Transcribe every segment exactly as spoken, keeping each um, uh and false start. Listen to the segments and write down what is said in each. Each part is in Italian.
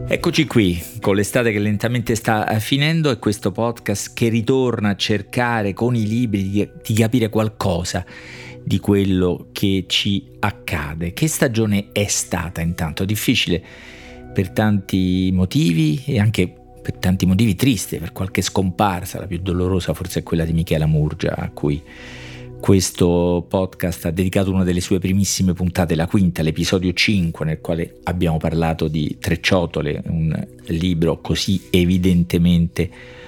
Eccoci qui, con l'estate che lentamente sta finendo e questo podcast che ritorna a cercare con i libri di, di capire qualcosa di quello che ci accade. Che stagione è stata intanto? Difficile per tanti motivi e anche per tanti motivi tristi, per qualche scomparsa. La più dolorosa forse è quella di Michela Murgia, a cui questo podcast ha dedicato una delle sue primissime puntate, la quinta, l'episodio cinque, nel quale abbiamo parlato di Trecciotole, un libro così evidentemente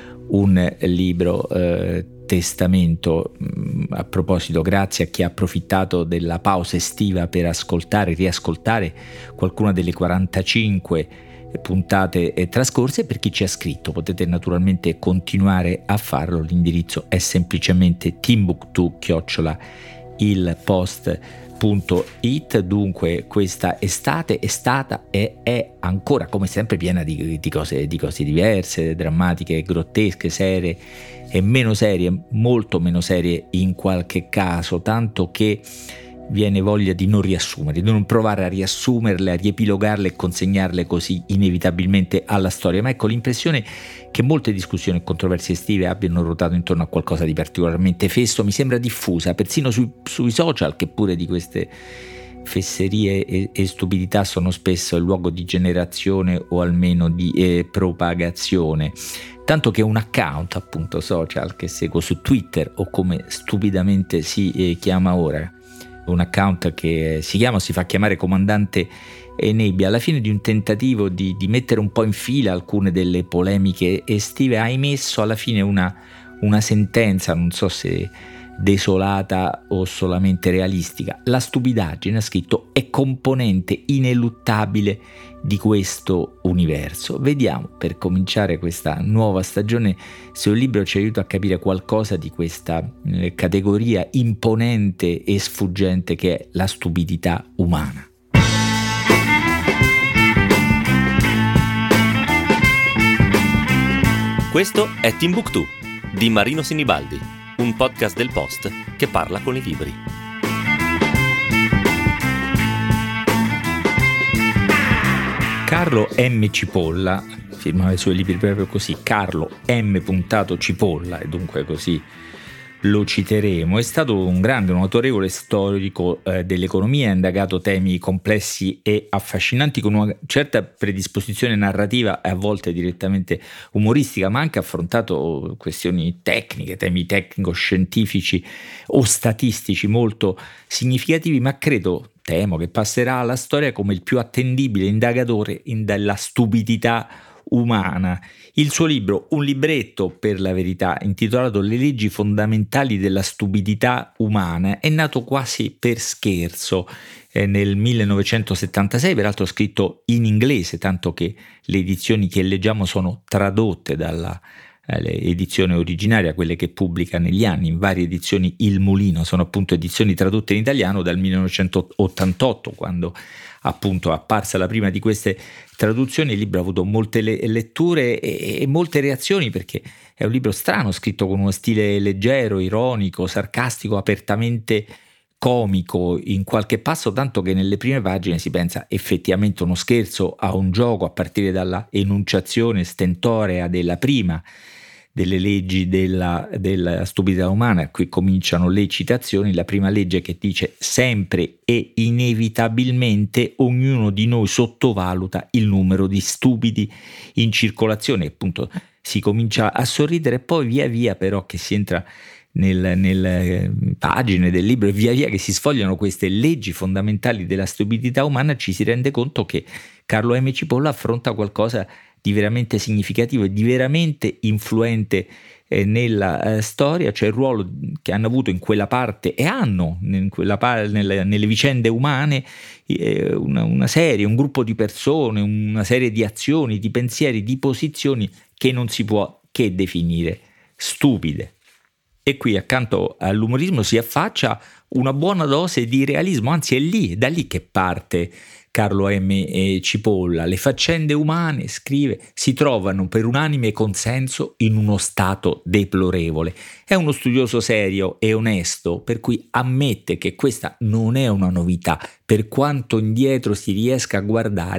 un libro eh, testamento. A proposito, grazie a chi ha approfittato della pausa estiva per ascoltare, riascoltare qualcuna delle quarantacinque puntate trascorse. Per chi ci ha scritto potete naturalmente continuare a farlo, l'indirizzo è semplicemente timbuktu chiocciola il post punto it. Dunque questa estate è stata e è ancora come sempre piena di, di, cose, di cose diverse, drammatiche, grottesche, serie e meno serie, molto meno serie in qualche caso, tanto che viene voglia di non riassumere, di non provare a riassumerle, a riepilogarle e consegnarle così inevitabilmente alla storia. Ma ecco, l'impressione che molte discussioni e controversie estive abbiano ruotato intorno a qualcosa di particolarmente festo mi sembra diffusa, persino sui, sui social, che pure di queste fesserie e, e stupidità sono spesso il luogo di generazione o almeno di eh, propagazione. Tanto che un account appunto social che seguo su Twitter, o come stupidamente si eh, chiama ora, un account che si chiama o si fa chiamare Comandante Nebbia, alla fine di un tentativo di, di mettere un po' in fila alcune delle polemiche estive, ha emesso alla fine una, una sentenza, non so se desolata o solamente realistica. La stupidaggine, ha scritto, è componente ineluttabile di questo universo. Vediamo, per cominciare questa nuova stagione, se un libro ci aiuta a capire qualcosa di questa eh, categoria imponente e sfuggente che è la stupidità umana. Questo è Timbuktu di Marino Sinibaldi, un podcast del Post che parla con i libri. Carlo M. Cipolla firmava i suoi libri proprio così, Carlo M. Cipolla, e dunque così lo citeremo. È stato un grande, un autorevole storico eh, dell'economia, ha indagato temi complessi e affascinanti con una certa predisposizione narrativa e a volte direttamente umoristica, ma anche affrontato questioni tecniche, temi tecnico-scientifici o statistici molto significativi, ma credo, temo che passerà alla storia come il più attendibile indagatore della stupidità umana. Il suo libro, un libretto per la verità, intitolato Le leggi fondamentali della stupidità umana, è nato quasi per scherzo eh, nel millenovecentosettantasei, peraltro scritto in inglese, tanto che le edizioni che leggiamo sono tradotte dalla eh, edizione originaria, quelle che pubblica negli anni. In varie edizioni Il Mulino sono appunto edizioni tradotte in italiano dal millenovecentottantotto, quando appunto apparsa la prima di queste traduzioni. Il libro ha avuto molte le- letture e-, e molte reazioni, perché è un libro strano, scritto con uno stile leggero, ironico, sarcastico, apertamente comico in qualche passo, tanto che nelle prime pagine si pensa effettivamente uno scherzo, a un gioco, a partire dalla enunciazione stentorea della prima delle leggi della, della stupidità umana. Qui cominciano le citazioni. La prima legge che dice: sempre e inevitabilmente ognuno di noi sottovaluta il numero di stupidi in circolazione. Appunto si comincia a sorridere, poi via via però che si entra nel, nelle pagine del libro e via via che si sfogliano queste leggi fondamentali della stupidità umana, ci si rende conto che Carlo M. Cipolla affronta qualcosa di veramente significativo e di veramente influente eh, nella eh, storia, cioè il ruolo che hanno avuto in quella parte e hanno in quella par- nelle, nelle vicende umane eh, una, una serie, un gruppo di persone, una serie di azioni, di pensieri, di posizioni che non si può che definire stupide. E qui accanto all'umorismo si affaccia una buona dose di realismo, anzi è lì, è da lì che parte Carlo M. Cipolla. Le faccende umane, scrive, si trovano per unanime consenso in uno stato deplorevole. È uno studioso serio e onesto, per cui ammette che questa non è una novità, per quanto indietro si riesca a guardare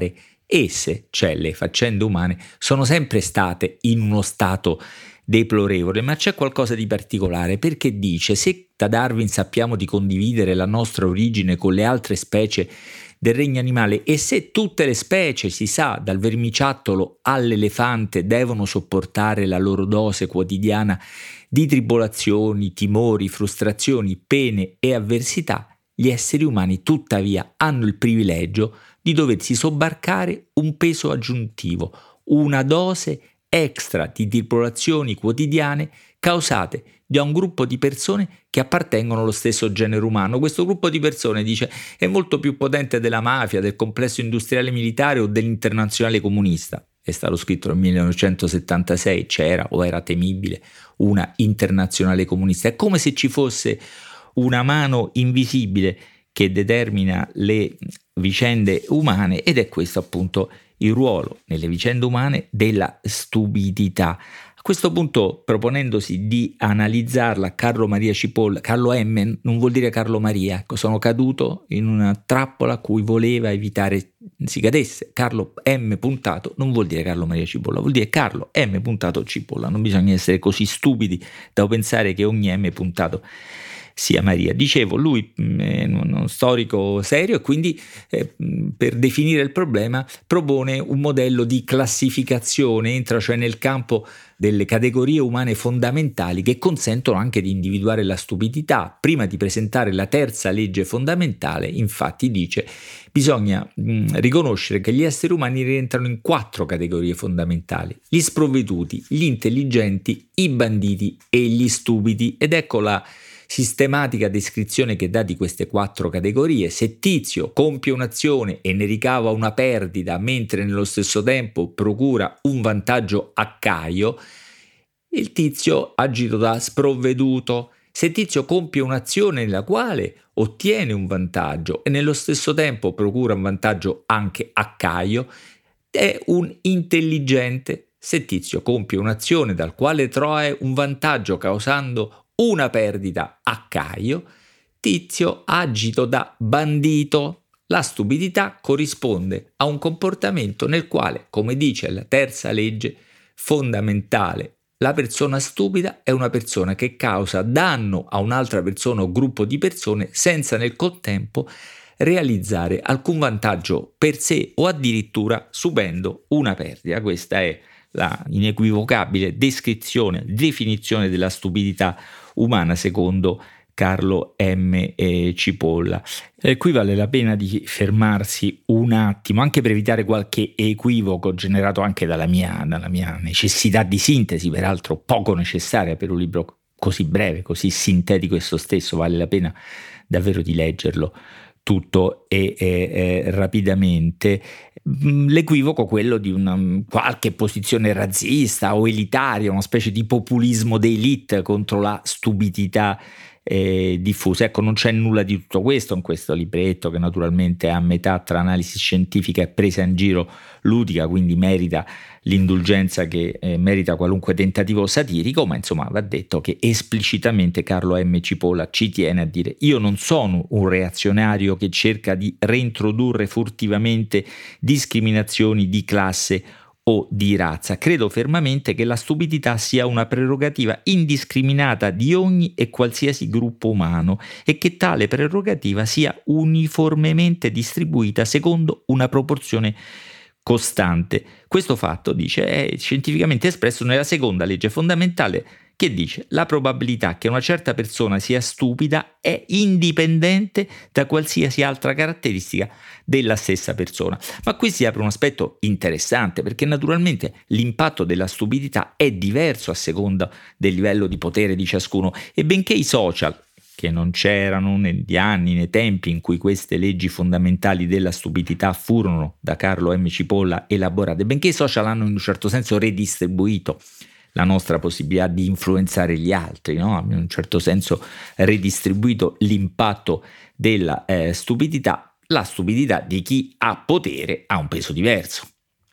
Esse, cioè le faccende umane, sono sempre state in uno stato deplorevole, ma c'è qualcosa di particolare, perché dice: se da Darwin sappiamo di condividere la nostra origine con le altre specie del regno animale, e se tutte le specie, si sa, dal vermiciattolo all'elefante, devono sopportare la loro dose quotidiana di tribolazioni, timori, frustrazioni, pene e avversità, gli esseri umani tuttavia hanno il privilegio di doversi sobbarcare un peso aggiuntivo, una dose extra di tribolazioni quotidiane causate da un gruppo di persone che appartengono allo stesso genere umano. Questo gruppo di persone, dice, è molto più potente della mafia, del complesso industriale militare o dell'internazionale comunista. È stato scritto nel millenovecentosettantasei, c'era o era temibile una internazionale comunista. È come se ci fosse una mano invisibile che determina le vicende umane, ed è questo appunto il ruolo nelle vicende umane della stupidità. A questo punto, proponendosi di analizzarla, Carlo Maria Cipolla, Carlo M non vuol dire Carlo Maria, ecco, sono caduto in una trappola a cui voleva evitare si cadesse. Carlo M puntato non vuol dire Carlo Maria Cipolla, vuol dire Carlo M puntato Cipolla. Non bisogna essere così stupidi da pensare che ogni M puntato sia Maria. Dicevo, lui è uno storico serio e quindi eh, per definire il problema propone un modello di classificazione, entra cioè nel campo delle categorie umane fondamentali che consentono anche di individuare la stupidità. Prima di presentare la terza legge fondamentale, infatti, dice: bisogna mh, riconoscere che gli esseri umani rientrano in quattro categorie fondamentali: gli sprovveduti, gli intelligenti, i banditi e gli stupidi. Ed ecco la sistematica descrizione che dà di queste quattro categorie. Se Tizio compie un'azione e ne ricava una perdita, mentre nello stesso tempo procura un vantaggio a Caio, il Tizio ha agito da sprovveduto. Se Tizio compie un'azione nella quale ottiene un vantaggio e nello stesso tempo procura un vantaggio anche a Caio, è un intelligente. Se Tizio compie un'azione dal quale trae un vantaggio causando una perdita a Caio, Tizio ha agito da bandito. La stupidità corrisponde a un comportamento nel quale, come dice la terza legge fondamentale, la persona stupida è una persona che causa danno a un'altra persona o gruppo di persone senza nel contempo realizzare alcun vantaggio per sé o addirittura subendo una perdita. Questa è la inequivocabile descrizione, definizione della stupidità umana secondo Carlo M. Cipolla. Eh, qui vale la pena di fermarsi un attimo, anche per evitare qualche equivoco generato anche dalla mia, dalla mia necessità di sintesi, peraltro poco necessaria per un libro così breve, così sintetico esso stesso. Vale la pena davvero di leggerlo tutto e, e, e rapidamente. L'equivoco, quello di una qualche posizione razzista o elitaria, una specie di populismo d'élite contro la stupidità eh, diffusa. Ecco, non c'è nulla di tutto questo in questo libretto, che naturalmente è a metà tra analisi scientifica e presa in giro ludica, quindi merita l'indulgenza che eh, merita qualunque tentativo satirico, ma insomma va detto che esplicitamente Carlo M. Cipolla ci tiene a dire: io non sono un reazionario che cerca di reintrodurre furtivamente discriminazioni di classe o di razza. Credo fermamente che la stupidità sia una prerogativa indiscriminata di ogni e qualsiasi gruppo umano e che tale prerogativa sia uniformemente distribuita secondo una proporzione costante. Questo fatto, dice, è scientificamente espresso nella seconda legge fondamentale, che dice: la probabilità che una certa persona sia stupida è indipendente da qualsiasi altra caratteristica della stessa persona. Ma qui si apre un aspetto interessante, perché naturalmente l'impatto della stupidità è diverso a seconda del livello di potere di ciascuno, e benché i social, che non c'erano negli anni, nei tempi in cui queste leggi fondamentali della stupidità furono da Carlo M. Cipolla elaborate, benché i social hanno in un certo senso redistribuito la nostra possibilità di influenzare gli altri, no? In un certo senso redistribuito l'impatto della eh, stupidità, la stupidità di chi ha potere ha un peso diverso.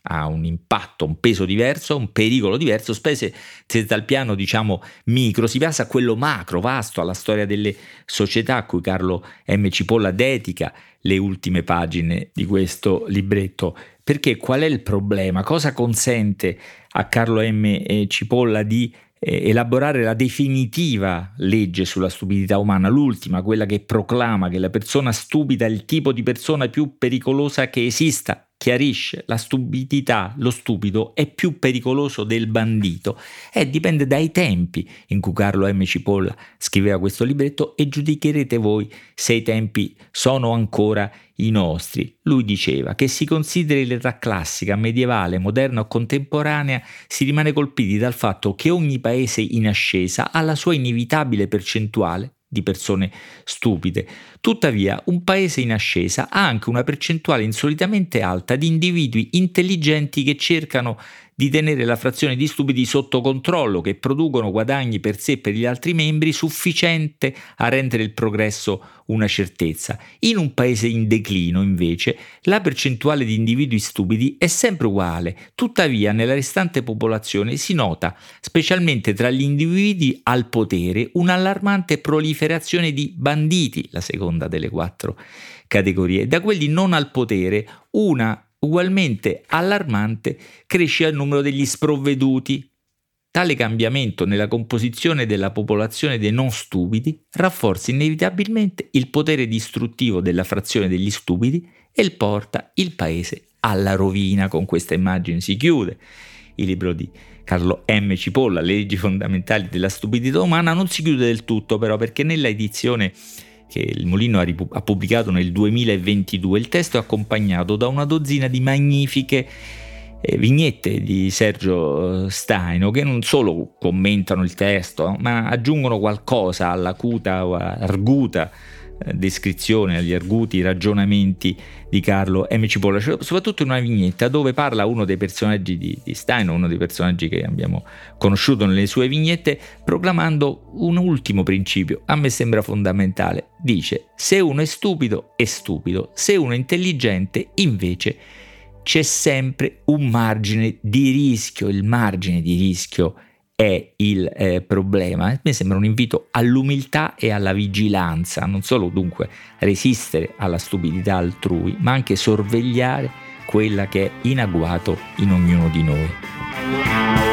ha un impatto, un peso diverso, un pericolo diverso, specie se dal piano diciamo micro si passa a quello macro, vasto, alla storia delle società a cui Carlo M. Cipolla dedica le ultime pagine di questo libretto. Perché qual è il problema? Cosa consente a Carlo M. Cipolla di eh, elaborare la definitiva legge sulla stupidità umana, l'ultima, quella che proclama che la persona stupida è il tipo di persona più pericolosa che esista? Chiarisce la stupidità, lo stupido è più pericoloso del bandito, e dipende dai tempi in cui Carlo M. Cipolla scriveva questo libretto, e giudicherete voi se i tempi sono ancora i nostri. Lui diceva che si consideri l'età classica, medievale, moderna o contemporanea, si rimane colpiti dal fatto che ogni paese in ascesa ha la sua inevitabile percentuale di persone stupide. Tuttavia, un paese in ascesa ha anche una percentuale insolitamente alta di individui intelligenti che cercano di tenere la frazione di stupidi sotto controllo, che producono guadagni per sé e per gli altri membri sufficiente a rendere il progresso una certezza. In un paese in declino, invece, la percentuale di individui stupidi è sempre uguale, tuttavia nella restante popolazione si nota, specialmente tra gli individui al potere, un'allarmante proliferazione di banditi, la seconda delle quattro categorie, da quelli non al potere una ugualmente allarmante cresce il numero degli sprovveduti. Tale cambiamento nella composizione della popolazione dei non stupidi rafforza inevitabilmente il potere distruttivo della frazione degli stupidi e porta il paese alla rovina. Con questa immagine si chiude il libro di Carlo M. Cipolla, Le leggi fondamentali della stupidità umana. Non si chiude del tutto però, perché nella edizione che il Mulino ha, ripu- ha pubblicato nel duemilaventidue, il testo è accompagnato da una dozzina di magnifiche eh, vignette di Sergio Staino, che non solo commentano il testo, ma aggiungono qualcosa all'acuta o arguta eh, descrizione, agli arguti ragionamenti di Carlo M. Cipolla, cioè, soprattutto in una vignetta dove parla uno dei personaggi di, di Staino, uno dei personaggi che abbiamo conosciuto nelle sue vignette, proclamando un ultimo principio, a me sembra fondamentale. Dice: se uno è stupido è stupido, se uno è intelligente invece c'è sempre un margine di rischio. Il margine di rischio è il eh, problema. A me sembra un invito all'umiltà e alla vigilanza, non solo dunque resistere alla stupidità altrui, ma anche sorvegliare quella che è in agguato in ognuno di noi.